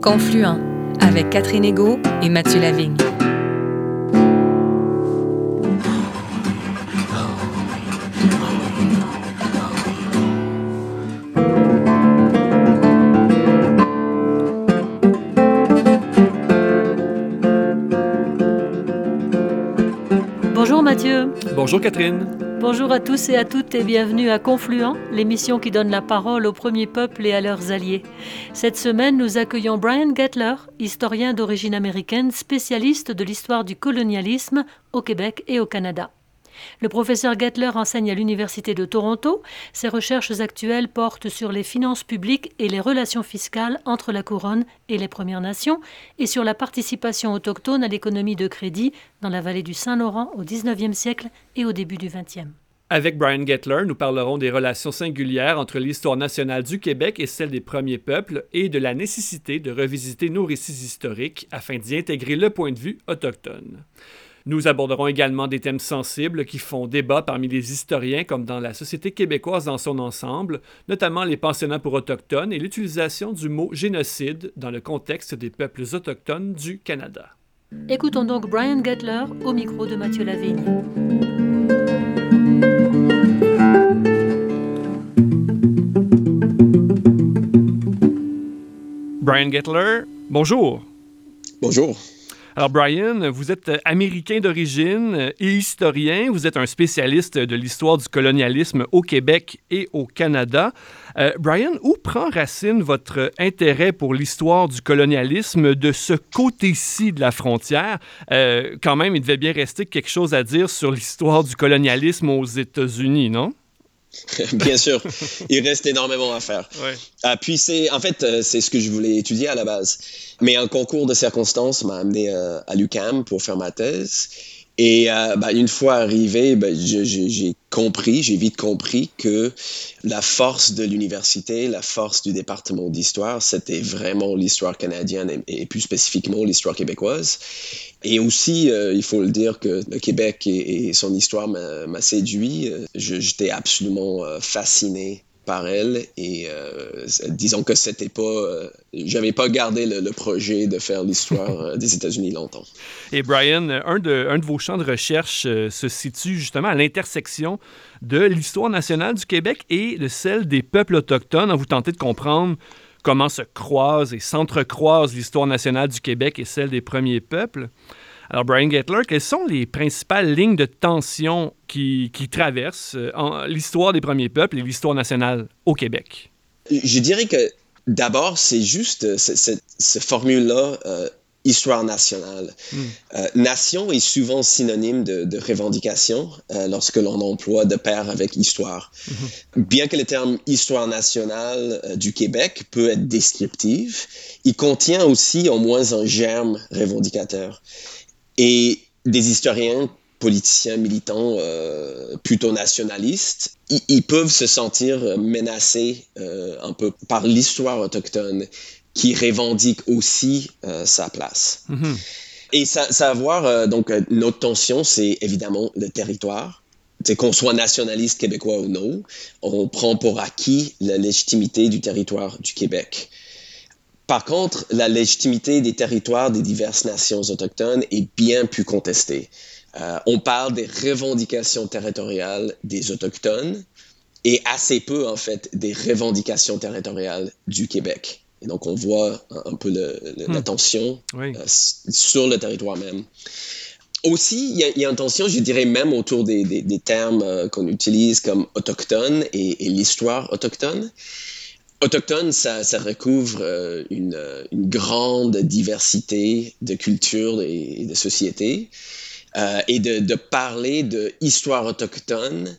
Confluent, avec Catherine Egault et Mathieu Lavigne. Bonjour Mathieu. Bonjour Catherine. Bonjour à tous et à toutes et bienvenue à Confluent, l'émission qui donne la parole aux premiers peuples et à leurs alliés. Cette semaine, nous accueillons Brian Gettler, historien d'origine américaine, spécialiste de l'histoire du colonialisme au Québec et au Canada. Le professeur Gettler enseigne à l'Université de Toronto. Ses recherches actuelles portent sur les finances publiques et les relations fiscales entre la couronne et les Premières Nations et sur la participation autochtone à l'économie de crédit dans la vallée du Saint-Laurent au 19e siècle et au début du 20e. Avec Brian Gettler, nous parlerons des relations singulières entre l'histoire nationale du Québec et celle des premiers peuples et de la nécessité de revisiter nos récits historiques afin d'y intégrer le point de vue autochtone. Nous aborderons également des thèmes sensibles qui font débat parmi les historiens comme dans la société québécoise dans son ensemble, notamment les pensionnats pour autochtones et l'utilisation du mot génocide dans le contexte des peuples autochtones du Canada. Écoutons donc Brian Gettler au micro de Mathieu Lavigne. Brian Gettler, bonjour. Bonjour. Alors Brian, vous êtes américain d'origine et historien. Vous êtes un spécialiste de l'histoire du colonialisme au Québec et au Canada. Brian, où prend racine votre intérêt pour l'histoire du colonialisme de ce côté-ci de la frontière? Quand même, il devait bien rester quelque chose à dire sur l'histoire du colonialisme aux États-Unis, non? Bien sûr, il reste énormément à faire. Ouais. Puis c'est ce que je voulais étudier à la base. Mais un concours de circonstances m'a amené à l'UQAM pour faire ma thèse. Et une fois arrivé, j'ai vite compris que la force de l'université, la force du département d'histoire, c'était vraiment l'histoire canadienne et plus spécifiquement l'histoire québécoise. Et aussi, il faut le dire que le Québec et son histoire m'a séduit. J'étais absolument fasciné par elle et disons que c'était pas j'avais pas gardé le projet de faire l'histoire des États-Unis longtemps. Et Brian, un de vos champs de recherche se situe justement à l'intersection de l'histoire nationale du Québec et de celle des peuples autochtones. Vous tentez de comprendre comment se croisent et s'entrecroisent l'histoire nationale du Québec et celle des premiers peuples. Alors, Brian Gettler, quelles sont les principales lignes de tension qui traversent l'histoire des premiers peuples et l'histoire nationale au Québec? Je dirais que d'abord, c'est juste cette formule-là, histoire nationale. Nation est souvent synonyme de revendication lorsque l'on emploie de pair avec histoire. Bien que le terme histoire nationale du Québec peut être descriptif, il contient aussi au moins un germe revendicateur. Et des historiens, politiciens, militants plutôt nationalistes, ils peuvent se sentir menacés un peu par l'histoire autochtone qui revendique aussi sa place. Et ça va avoir donc notre tension, c'est évidemment le territoire. Qu'on soit nationaliste québécois ou non, on prend pour acquis la légitimité du territoire du Québec. Par contre, la légitimité des territoires des diverses nations autochtones est bien plus contestée. On parle des revendications territoriales des Autochtones et assez peu, en fait, des revendications territoriales du Québec. Et donc, on voit un peu la tension sur le territoire même. Aussi, il y a une tension, je dirais, même autour des termes qu'on utilise comme autochtone et l'histoire autochtone. Autochtone, ça recouvre une grande diversité de cultures et de sociétés. Et de parler de histoire autochtone,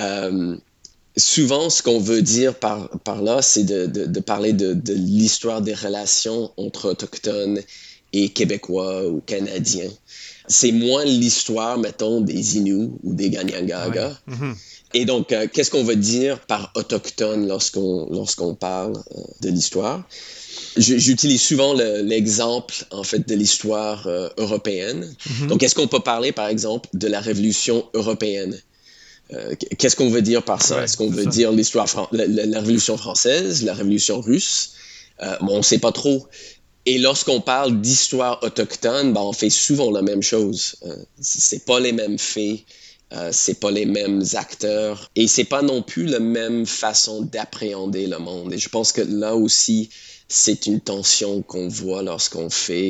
souvent ce qu'on veut dire par là, c'est de parler de l'histoire des relations entre autochtones et Québécois ou Canadiens. C'est moins l'histoire, mettons, des Inuits ou des Kanien'kehá:ka. Et donc, qu'est-ce qu'on veut dire par autochtone lorsqu'on parle de l'histoire? J'utilise souvent l'exemple, en fait, de l'histoire européenne. Donc, est-ce qu'on peut parler, par exemple, de la Révolution européenne? Qu'est-ce qu'on veut dire par ça? Est-ce qu'on veut dire l'histoire la Révolution française, la Révolution russe? On ne sait pas trop. Et lorsqu'on parle d'histoire autochtone, on fait souvent la même chose. C'est pas les mêmes faits, c'est pas les mêmes acteurs, et c'est pas non plus la même façon d'appréhender le monde. Et je pense que là aussi, c'est une tension qu'on voit lorsqu'on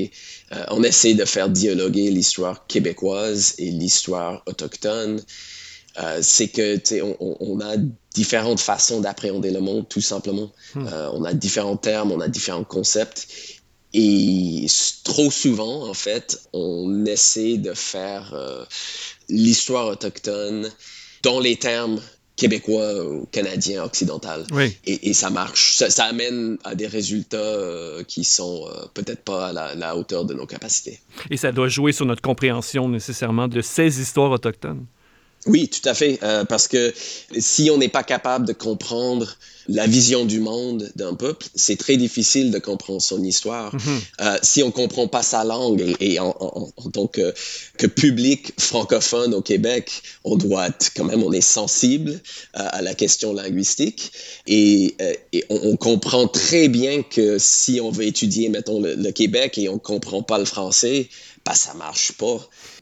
on essaie de faire dialoguer l'histoire québécoise et l'histoire autochtone. C'est que on a différentes façons d'appréhender le monde, tout simplement. On a différents termes, on a différents concepts. Et trop souvent, en fait, on essaie de faire l'histoire autochtone dans les termes québécois ou canadiens occidentaux. Oui. Et ça marche. Ça amène à des résultats qui sont peut-être pas à la hauteur de nos capacités. Et ça doit jouer sur notre compréhension nécessairement de ces histoires autochtones. Oui, tout à fait, parce que si on n'est pas capable de comprendre la vision du monde d'un peuple, c'est très difficile de comprendre son histoire. Si on comprend pas sa langue, et en tant que public francophone au Québec, on est sensible à la question linguistique, et on comprend très bien que si on veut étudier, mettons, le Québec et on comprend pas le français, ça marche pas.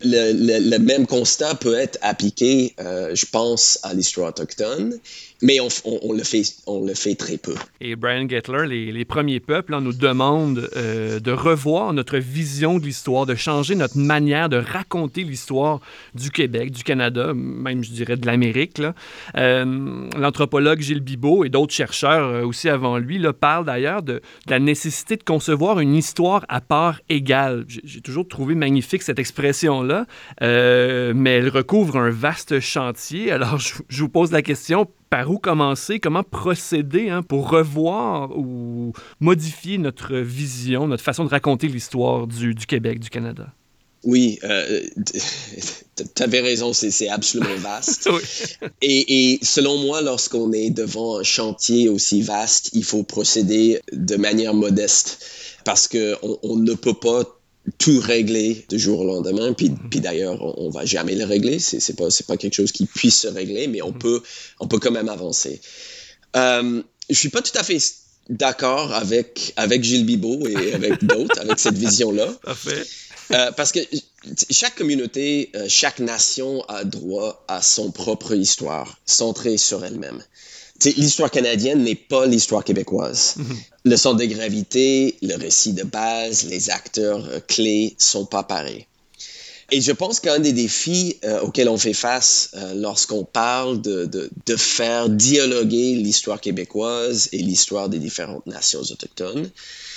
Le même constat peut être appliqué, je pense, à l'histoire autochtone, mais on le fait très peu. Et Brian Gettler, les premiers peuples, nous demandent de revoir notre vision de l'histoire, de changer notre manière de raconter l'histoire du Québec, du Canada, même, je dirais, de l'Amérique. L'anthropologue Gilles Bibeau et d'autres chercheurs aussi avant lui parlent d'ailleurs de la nécessité de concevoir une histoire à part égale. J'ai toujours trouvé magnifique cette expression-là, mais elle recouvre un vaste chantier. Alors, je vous pose la question, par où commencer, comment procéder pour revoir ou modifier notre vision, notre façon de raconter l'histoire du Québec, du Canada? Oui, tu avais raison, c'est absolument vaste. Oui. Et selon moi, lorsqu'on est devant un chantier aussi vaste, il faut procéder de manière modeste, parce qu'on ne peut pas tout régler du jour au lendemain, puis d'ailleurs, on va jamais le régler, c'est pas quelque chose qui puisse se régler, mais on peut quand même avancer. Je suis pas tout à fait d'accord avec Gilles Bibeau et avec d'autres, avec cette vision-là. Parfait. Parce que chaque communauté, chaque nation a droit à son propre histoire, centrée sur elle-même. L'histoire canadienne n'est pas l'histoire québécoise. Le centre de gravité, le récit de base, les acteurs clés sont pas pareils. Et je pense qu'un des défis auxquels on fait face lorsqu'on parle de faire dialoguer l'histoire québécoise et l'histoire des différentes nations autochtones,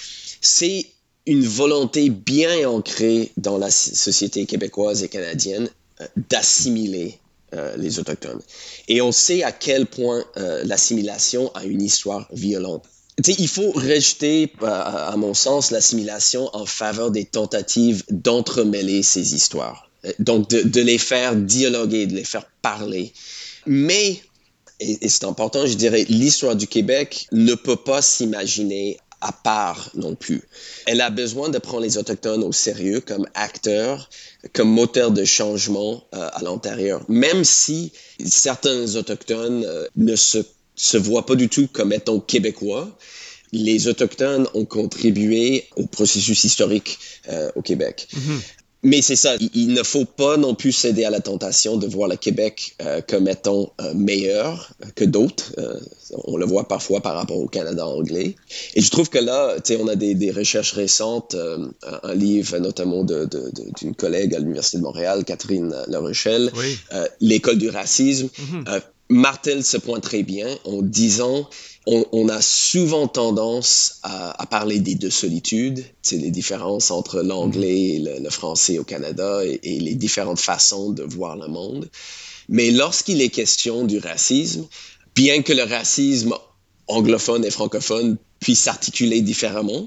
c'est une volonté bien ancrée dans la société québécoise et canadienne d'assimiler les Autochtones. Et on sait à quel point l'assimilation a une histoire violente. Il faut rejeter, à mon sens, l'assimilation en faveur des tentatives d'entremêler ces histoires. Donc, de les faire dialoguer, de les faire parler. Mais, et c'est important, je dirais, l'histoire du Québec ne peut pas s'imaginer à part non plus. Elle a besoin de prendre les Autochtones au sérieux comme acteurs, comme moteurs de changement à l'intérieur. Même si certains Autochtones ne se voient pas du tout comme étant québécois, les Autochtones ont contribué au processus historique au Québec. Mais c'est ça, il ne faut pas non plus céder à la tentation de voir le Québec comme étant meilleur que d'autres. On le voit parfois par rapport au Canada anglais. Et je trouve que là, on a des recherches récentes, un livre notamment d'une collègue à l'Université de Montréal, Catherine Larochelle, oui. L'école du racisme, martèle ce point très bien en disant on a souvent tendance à parler des deux solitudes, les différences entre l'anglais et le français au Canada et les différentes façons de voir le monde. Mais lorsqu'il est question du racisme, bien que le racisme anglophone et francophone puisse s'articuler différemment,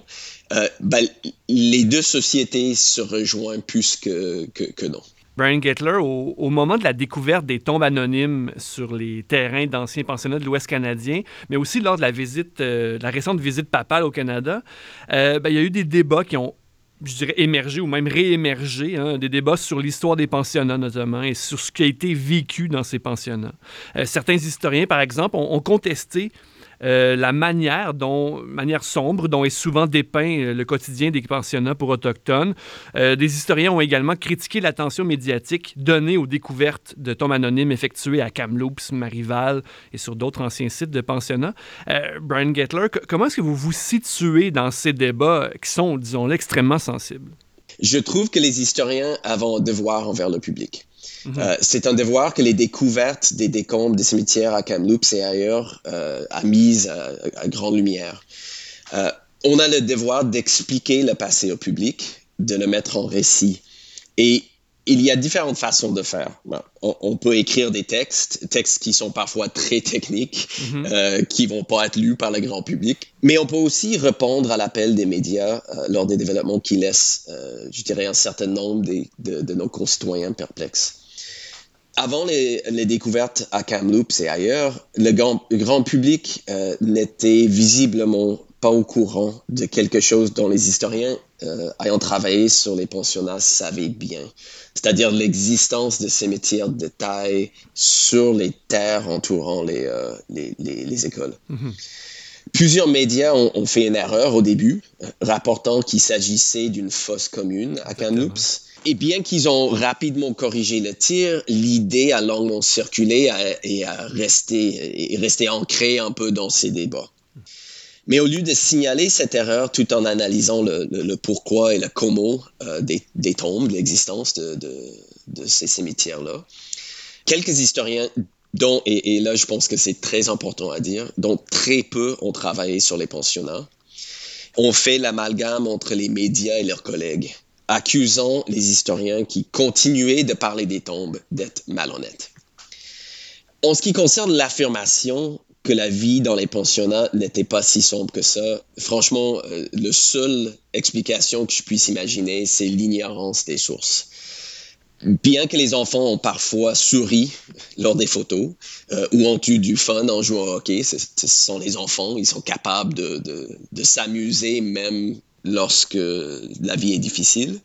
les deux sociétés se rejoignent plus que non. Brian Gettler, au moment de la découverte des tombes anonymes sur les terrains d'anciens pensionnats de l'Ouest canadien, mais aussi lors de la récente visite papale au Canada, il y a eu des débats qui ont, je dirais, émergé ou même réémergé, des débats sur l'histoire des pensionnats notamment et sur ce qui a été vécu dans ces pensionnats. Certains historiens, par exemple, ont contesté la manière sombre dont est souvent dépeint le quotidien des pensionnats pour autochtones. Des historiens ont également critiqué l'attention médiatique donnée aux découvertes de tombes anonymes effectuées à Kamloops, Marival et sur d'autres anciens sites de pensionnats. Brian Gettler, comment est-ce que vous vous situez dans ces débats qui sont, disons-le, extrêmement sensibles? Je trouve que les historiens ont un devoir envers le public. C'est un devoir que les découvertes des décombres des cimetières à Kamloops et ailleurs a mis à grande lumière. On a le devoir d'expliquer le passé au public, de le mettre en récit. Et il y a différentes façons de faire. On peut écrire des textes qui sont parfois très techniques, qui vont pas être lus par le grand public. Mais on peut aussi répondre à l'appel des médias lors des développements qui laissent, je dirais, un certain nombre de nos concitoyens perplexes. Avant les découvertes à Kamloops et ailleurs, le grand public n'était visiblement pas au courant de quelque chose dont les historiens ayant travaillé sur les pensionnats savaient bien, c'est-à-dire l'existence de cimetières de taille sur les terres entourant les écoles. Plusieurs médias ont fait une erreur au début, rapportant qu'il s'agissait d'une fosse commune à Kamloops. Et bien qu'ils ont rapidement corrigé le tir, l'idée a longuement circulé et resté ancrée un peu dans ces débats. Mais au lieu de signaler cette erreur tout en analysant le pourquoi et le comment des tombes, l'existence de ces cimetières-là, quelques historiens, et là je pense que c'est très important à dire, dont très peu ont travaillé sur les pensionnats, ont fait l'amalgame entre les médias et leurs collègues, accusant les historiens qui continuaient de parler des tombes d'être malhonnêtes. En ce qui concerne l'affirmation que la vie dans les pensionnats n'était pas si sombre que ça, franchement, la seule explication que je puisse imaginer, c'est l'ignorance des sources. Bien que les enfants ont parfois souri lors des photos ou ont eu du fun en jouant au hockey, ce sont les enfants, ils sont capables de s'amuser même lorsque la vie est difficile.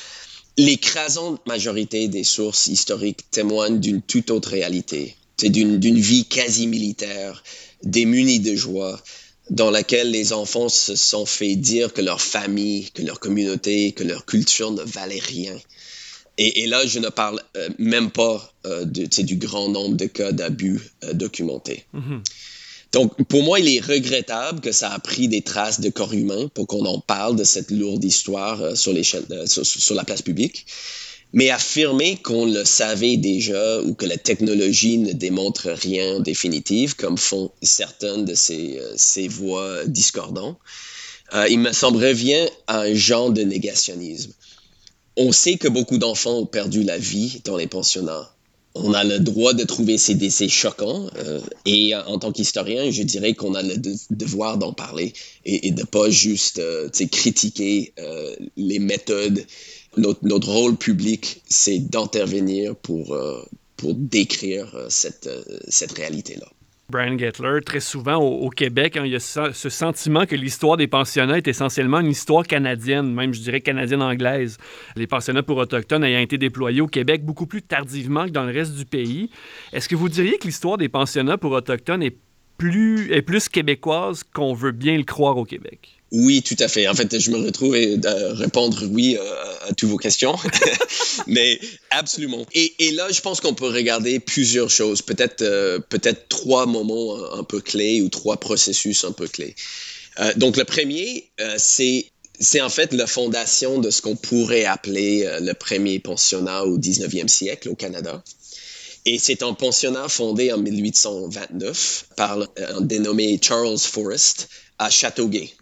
L'écrasante majorité des sources historiques témoignent d'une toute autre réalité. C'est d'une vie quasi militaire, démunie de joie, dans laquelle les enfants se sont fait dire que leur famille, que leur communauté, que leur culture ne valait rien. Et là, je ne parle même pas du grand nombre de cas d'abus documentés. Donc, pour moi, il est regrettable que ça a pris des traces de corps humains pour qu'on en parle de cette lourde histoire sur la place publique. Mais affirmer qu'on le savait déjà ou que la technologie ne démontre rien définitif, comme font certaines de ces voix discordantes, il me semble revient à un genre de négationnisme. On sait que beaucoup d'enfants ont perdu la vie dans les pensionnats. On a le droit de trouver ces décès choquants et en tant qu'historien, je dirais qu'on a le devoir d'en parler et de pas juste critiquer les méthodes. Notre rôle public, c'est d'intervenir pour décrire cette réalité-là. Brian Gettler, très souvent au Québec, il y a ce sentiment que l'histoire des pensionnats est essentiellement une histoire canadienne, même je dirais canadienne-anglaise. Les pensionnats pour autochtones ayant été déployés au Québec beaucoup plus tardivement que dans le reste du pays. Est-ce que vous diriez que l'histoire des pensionnats pour autochtones est plus québécoise qu'on veut bien le croire au Québec? Oui, tout à fait. En fait, je me retrouve à répondre oui à toutes vos questions, mais absolument. Et là, je pense qu'on peut regarder plusieurs choses, peut-être 3 moments un peu clés ou 3 processus un peu clés. Donc, le premier, c'est en fait la fondation de ce qu'on pourrait appeler le premier pensionnat au 19e siècle au Canada. Et c'est un pensionnat fondé en 1829 par un dénommé Charles Forrest à Châteauguay.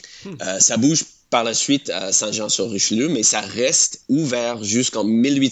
Ça bouge par la suite à Saint-Jean-sur-Richelieu, mais ça reste ouvert jusqu'en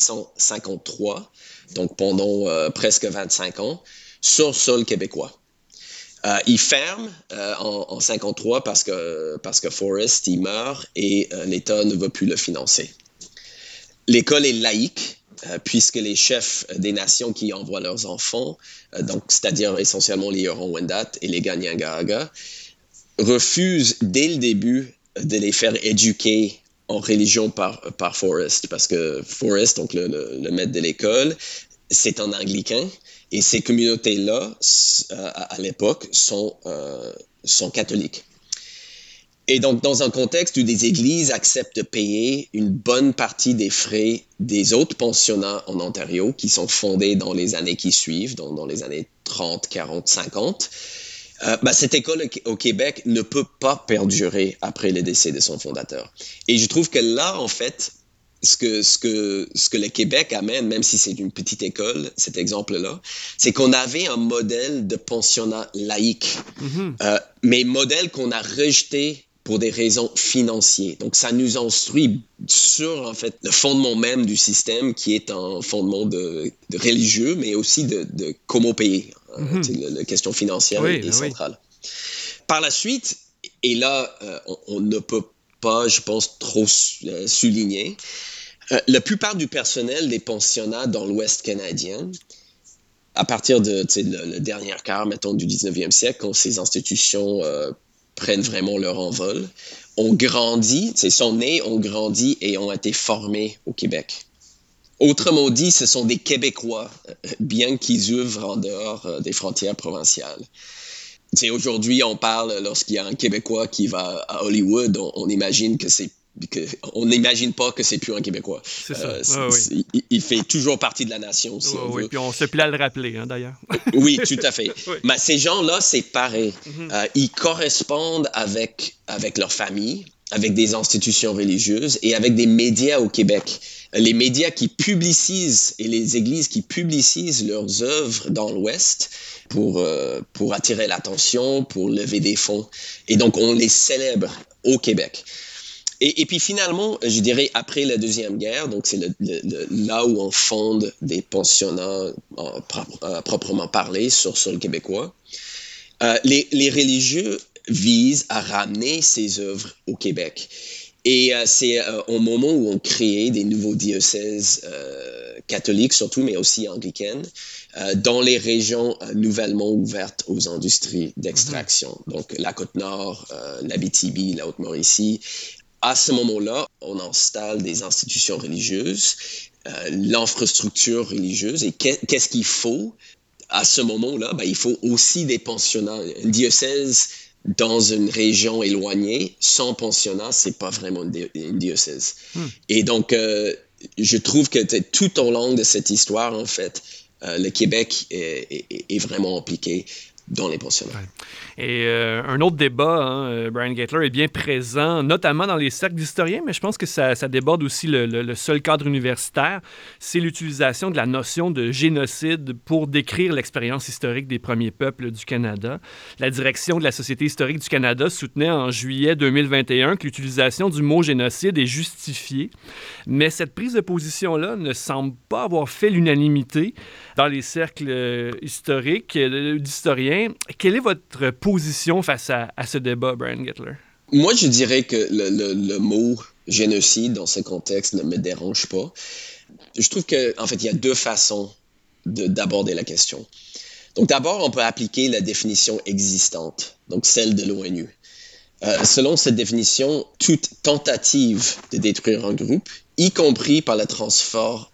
1853, donc pendant presque 25 ans, sur sol québécois. Il ferme en 53 parce que Forrest il meurt et l'État ne veut plus le financer. L'école est laïque, puisque les chefs des nations qui envoient leurs enfants, donc c'est-à-dire essentiellement les Huron-Wendat et les Kanien'kehá:ka, refusent dès le début de les faire éduquer en religion par Forrest, parce que Forrest, donc le maître de l'école, c'est en anglican et ces communautés-là, à l'époque, sont catholiques. Et donc, dans un contexte où des églises acceptent de payer une bonne partie des frais des autres pensionnats en Ontario, qui sont fondés dans les années qui suivent, dans les années 30, 40, 50, cette école au Québec ne peut pas perdurer après le décès de son fondateur. Et je trouve que là, en fait, ce que le Québec amène, même si c'est une petite école, cet exemple-là, c'est qu'on avait un modèle de pensionnat laïque, mais modèle qu'on a rejeté pour des raisons financières. Donc, ça nous instruit sur, en fait, le fondement même du système qui est un fondement de religieux, mais aussi de comment payer. La question financière est centrale. Par la suite, et là, on ne peut pas, je pense, trop souligner, la plupart du personnel des pensionnats dans l'Ouest canadien, à partir de le dernier quart, mettons, du 19e siècle, quand ces institutions prennent vraiment leur envol, ont grandi, sont nés, ont grandi et ont été formés au Québec. Autrement dit, ce sont des Québécois, bien qu'ils œuvrent en dehors des frontières provinciales. Aujourd'hui, on parle, lorsqu'il y a un Québécois qui va à Hollywood, on imagine on n'imagine pas que c'est plus un Québécois. C'est ça. Il fait toujours partie de la nation, si on veut. Puis on se plaît à le rappeler, d'ailleurs. Oui, tout à fait. Mais ces gens-là, c'est pareil. Ils correspondent avec leur famille, avec des institutions religieuses et avec des médias au Québec. Les médias qui publicisent et les églises qui publicisent leurs œuvres dans l'Ouest pour attirer l'attention, pour lever des fonds. Et donc, on les célèbre au Québec. Et puis finalement, je dirais, après la Deuxième Guerre, donc c'est là où on fonde des pensionnats proprement parlé sur le québécois, les religieux visent à ramener ces œuvres au Québec. Et c'est au moment où on crée des nouveaux diocèses catholiques surtout, mais aussi anglicaines, dans les régions nouvellement ouvertes aux industries d'extraction. Donc la Côte-Nord, l'Abitibi, la Haute-Mauricie. À ce moment-là, on installe des institutions religieuses, l'infrastructure religieuse. Et qu'est-ce qu'il faut? À ce moment-là, il faut aussi des pensionnats. Un diocèse dans une région éloignée, sans pensionnat, c'est pas vraiment une diocèse. Et donc, je trouve que tout au long de cette histoire, en fait, le Québec est vraiment impliqué dans les pensionnats. Et un autre débat, Brian Gettler, est bien présent, notamment dans les cercles d'historiens, mais je pense que ça déborde aussi le seul cadre universitaire, c'est l'utilisation de la notion de génocide pour décrire l'expérience historique des premiers peuples du Canada. La direction de la Société historique du Canada soutenait en juillet 2021 que l'utilisation du mot génocide est justifiée, mais cette prise de position-là ne semble pas avoir fait l'unanimité dans les cercles historiques d'historiens. Quelle est votre position face à ce débat, Brian Gettler? Moi, je dirais que le mot génocide dans ce contexte ne me dérange pas. Je trouve qu'en fait, il y a deux façons d'aborder la question. Donc d'abord, on peut appliquer la définition existante, donc celle de l'ONU. Selon cette définition, toute tentative de détruire un groupe, y compris par le transfert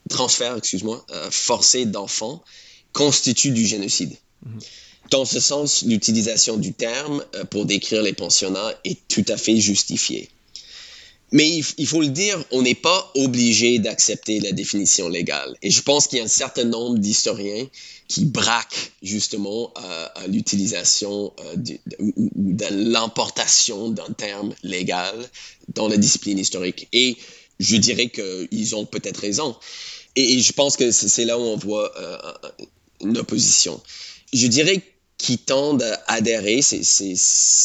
forcé d'enfants, constitue du génocide. Dans ce sens, l'utilisation du terme pour décrire les pensionnats est tout à fait justifiée. Mais il faut le dire, on n'est pas obligé d'accepter la définition légale. Et je pense qu'il y a un certain nombre d'historiens qui braquent justement à l'utilisation ou de l'importation d'un terme légal dans la discipline historique. Et je dirais qu'ils ont peut-être raison. Et je pense que c'est là où on voit une opposition. Je dirais qu'ils tendent à adhérer, ces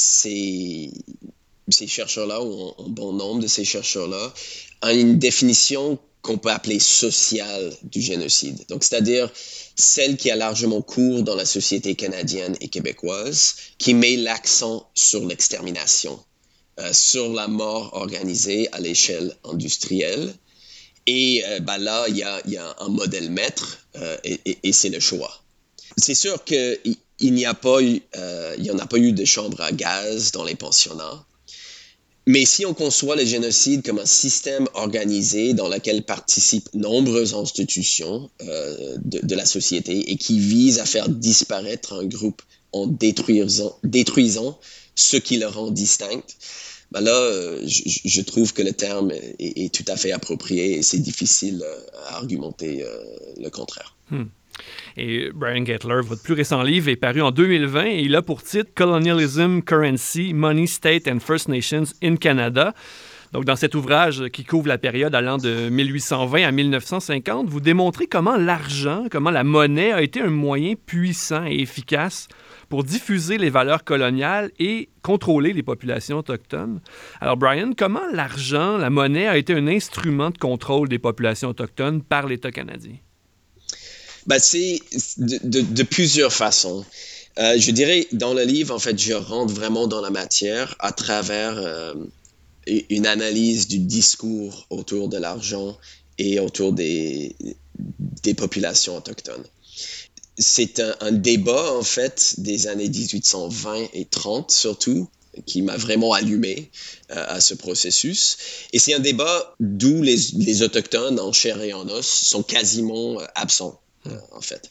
chercheurs-là, ou un bon nombre de ces chercheurs-là, à une définition qu'on peut appeler sociale du génocide. Donc, c'est-à-dire celle qui a largement cours dans la société canadienne et québécoise, qui met l'accent sur l'extermination, sur la mort organisée à l'échelle industrielle. Et là, il y a un modèle maître et c'est le choix. C'est sûr qu'il n'y en a pas eu de chambre à gaz dans les pensionnats. Mais si on conçoit le génocide comme un système organisé dans lequel participent nombreuses institutions de la société et qui vise à faire disparaître un groupe en détruisant ce qui le rend distinct, ben là, je trouve que le terme est tout à fait approprié et c'est difficile à argumenter le contraire. Et Brian Gettler, votre plus récent livre, est paru en 2020 et il a pour titre « Colonialism, Currency, Money, State and First Nations in Canada ». Donc, dans cet ouvrage qui couvre la période allant de 1820 à 1950, vous démontrez comment l'argent, comment la monnaie a été un moyen puissant et efficace pour diffuser les valeurs coloniales et contrôler les populations autochtones. Alors, Brian, comment l'argent, la monnaie, a été un instrument de contrôle des populations autochtones par l'État canadien? Ben, c'est de plusieurs façons. Je dirais, dans le livre, en fait, je rentre vraiment dans la matière à travers une analyse du discours autour de l'argent et autour des populations autochtones. C'est un débat, en fait, des années 1820 et 30 surtout, qui m'a vraiment allumé à ce processus. Et c'est un débat d'où les Autochtones, en chair et en os, sont quasiment absents. En fait.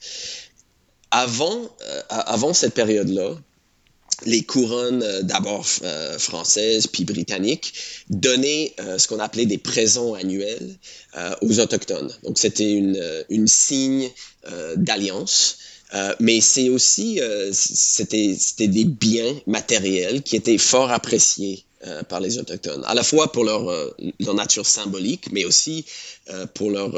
Avant cette période-là, les couronnes d'abord françaises puis britanniques donnaient ce qu'on appelait des présents annuels aux Autochtones. Donc c'était une signe d'alliance, mais c'est aussi c'était des biens matériels qui étaient fort appréciés par les Autochtones, à la fois pour leur nature symbolique, mais aussi pour leur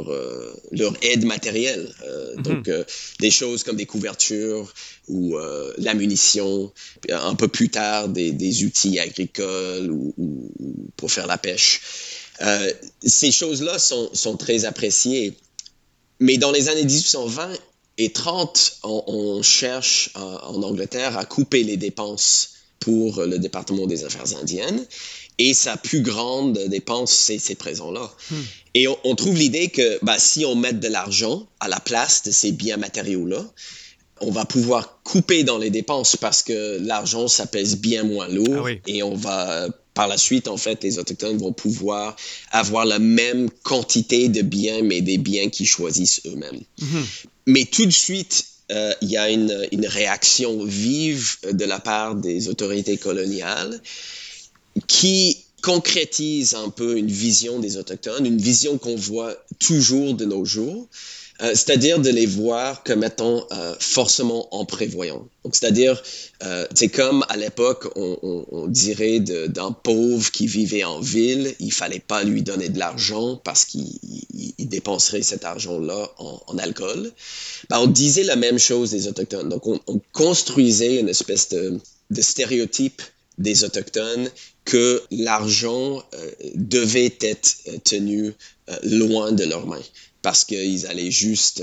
aide matérielle. Donc, des choses comme des couvertures ou la munition, un peu plus tard, des outils agricoles ou pour faire la pêche. Ces choses-là sont très appréciées. Mais dans les années 1820 et 30, on cherche en Angleterre à couper les dépenses pour le département des Affaires indiennes. Et sa plus grande dépense, c'est ces présents-là. Et on trouve l'idée que si on met de l'argent à la place de ces biens matériaux-là, on va pouvoir couper dans les dépenses parce que l'argent, ça pèse bien moins lourd. Ah oui. Et on va, par la suite, en fait, les Autochtones vont pouvoir avoir la même quantité de biens, mais des biens qu'ils choisissent eux-mêmes. Mais tout de suite, il y a une réaction vive de la part des autorités coloniales qui concrétise un peu une vision des Autochtones, une vision qu'on voit toujours de nos jours, c'est-à-dire de les voir comme étant forcément en prévoyant. Donc, c'est-à-dire, c'est comme à l'époque, on dirait d'un pauvre qui vivait en ville, il fallait pas lui donner de l'argent parce qu'il dépenserait cet argent-là en alcool. On disait la même chose des Autochtones. Donc, on construisait une espèce de stéréotype des Autochtones que l'argent devait être tenu loin de leurs mains parce qu'ils allaient juste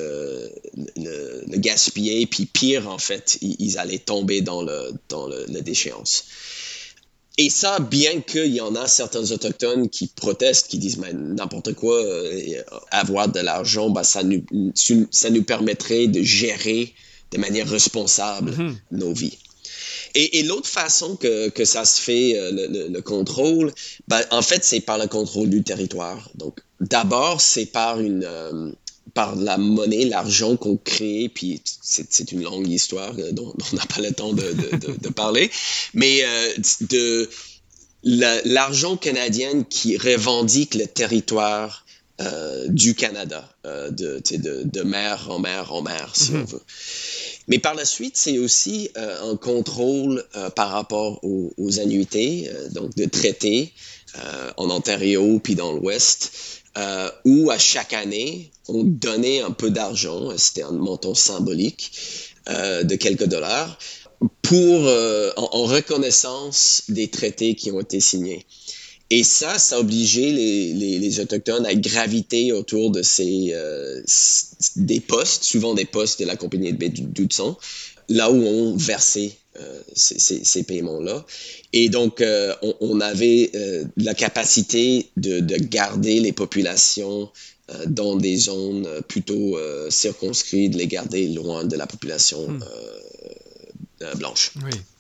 le gaspiller, puis pire, en fait, ils allaient tomber dans la déchéance. Et ça, bien qu'il y en a certains Autochtones qui protestent, qui disent « mais n'importe quoi, avoir de l'argent, ça nous permettrait de gérer de manière responsable nos vies ». Et l'autre façon que ça se fait, le contrôle, en fait, c'est par le contrôle du territoire. Donc, d'abord, c'est par la monnaie, l'argent qu'on crée, puis c'est une longue histoire dont on n'a pas le temps de parler, mais l'argent canadien qui revendique le territoire du Canada, de mer en mer en mer, si on veut. Mais par la suite, c'est aussi un contrôle par rapport aux annuités, donc de traités en Ontario puis dans l'Ouest, où à chaque année, on donnait un peu d'argent, c'était un montant symbolique de quelques dollars, en reconnaissance des traités qui ont été signés. Et ça obligeait les Autochtones à graviter autour de des postes, souvent des postes de la compagnie de baie d'Hudson, là où on versait ces paiements-là. Et donc, on avait la capacité de garder les populations dans des zones plutôt circonscrites, de les garder loin de la population blanche. Oui.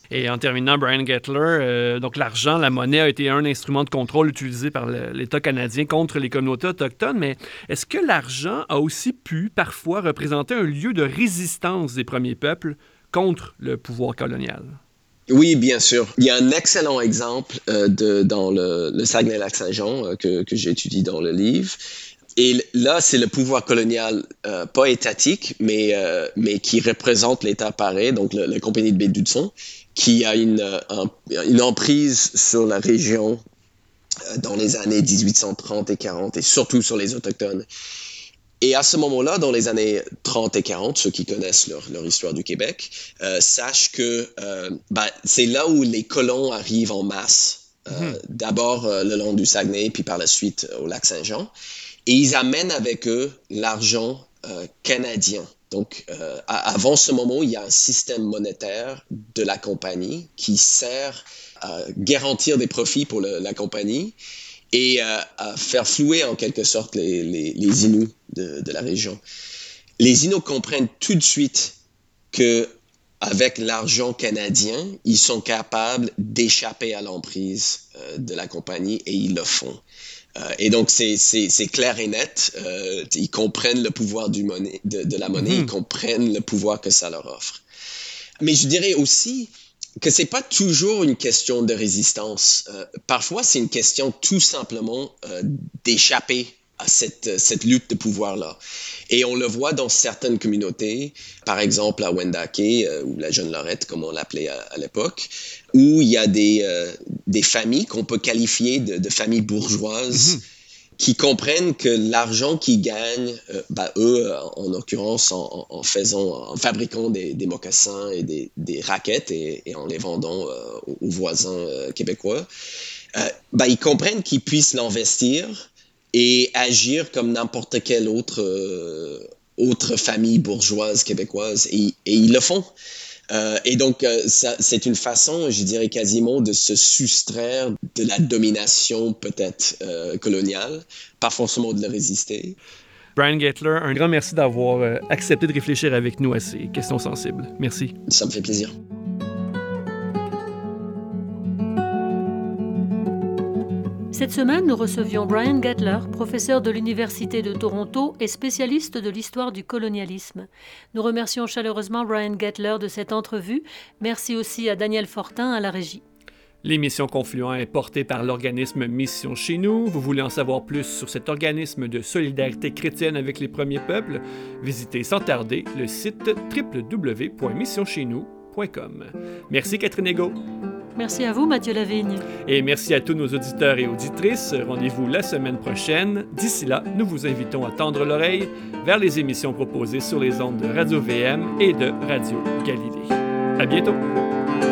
Et en terminant, Brian Gettler, donc l'argent, la monnaie a été un instrument de contrôle utilisé par l'État canadien contre les communautés autochtones, mais est-ce que l'argent a aussi pu parfois représenter un lieu de résistance des premiers peuples contre le pouvoir colonial? Oui, bien sûr. Il y a un excellent exemple dans le Saguenay-Lac-Saint-Jean que j'étudie dans le livre. Et là, c'est le pouvoir colonial, pas étatique, mais qui représente l'État pareil, donc la compagnie de baie d'Hudson, qui a une emprise sur la région dans les années 1830 et 40, et surtout sur les Autochtones. Et à ce moment-là, dans les années 30 et 40, ceux qui connaissent leur histoire du Québec, sachent que c'est là où les colons arrivent en masse. D'abord le long du Saguenay, puis par la suite au lac Saint-Jean. Et ils amènent avec eux l'argent canadien. Donc, avant ce moment, il y a un système monétaire de la compagnie qui sert à garantir des profits pour la compagnie et à faire flouer en quelque sorte les Inuits de la région. Les Inuits comprennent tout de suite qu'avec l'argent canadien, ils sont capables d'échapper à l'emprise de la compagnie et ils le font. Et donc, c'est clair et net. Ils comprennent le pouvoir de la monnaie, ils comprennent le pouvoir que ça leur offre. Mais je dirais aussi que c'est pas toujours une question de résistance. Parfois, c'est une question tout simplement d'échapper à cette lutte de pouvoir-là. Et on le voit dans certaines communautés, par exemple à Wendake, ou la Jeune Lorette, comme on l'appelait à l'époque, où il y a des familles qu'on peut qualifier de familles bourgeoises, qui comprennent que l'argent qu'ils gagnent, eux, en l'occurrence, en fabriquant des mocassins et des raquettes et en les vendant aux voisins québécois, ils comprennent qu'ils puissent l'investir et agir comme n'importe quelle autre famille bourgeoise québécoise. Et ils le font. Et donc, c'est une façon, je dirais quasiment, de se soustraire de la domination peut-être coloniale, pas forcément de la résister. Brian Gettler, un grand merci d'avoir accepté de réfléchir avec nous à ces questions sensibles. Merci. Ça me fait plaisir. Cette semaine, nous recevions Brian Gettler, professeur de l'Université de Toronto et spécialiste de l'histoire du colonialisme. Nous remercions chaleureusement Brian Gettler de cette entrevue. Merci aussi à Daniel Fortin à la régie. L'émission Confluent est portée par l'organisme Mission Chez Nous. Vous voulez en savoir plus sur cet organisme de solidarité chrétienne avec les premiers peuples? Visitez sans tarder le site www.missioncheznous.com. Merci Catherine Ego. Merci à vous, Mathieu Lavigne. Et merci à tous nos auditeurs et auditrices. Rendez-vous la semaine prochaine. D'ici là, nous vous invitons à tendre l'oreille vers les émissions proposées sur les ondes de Radio-VM et de Radio Galilée. À bientôt!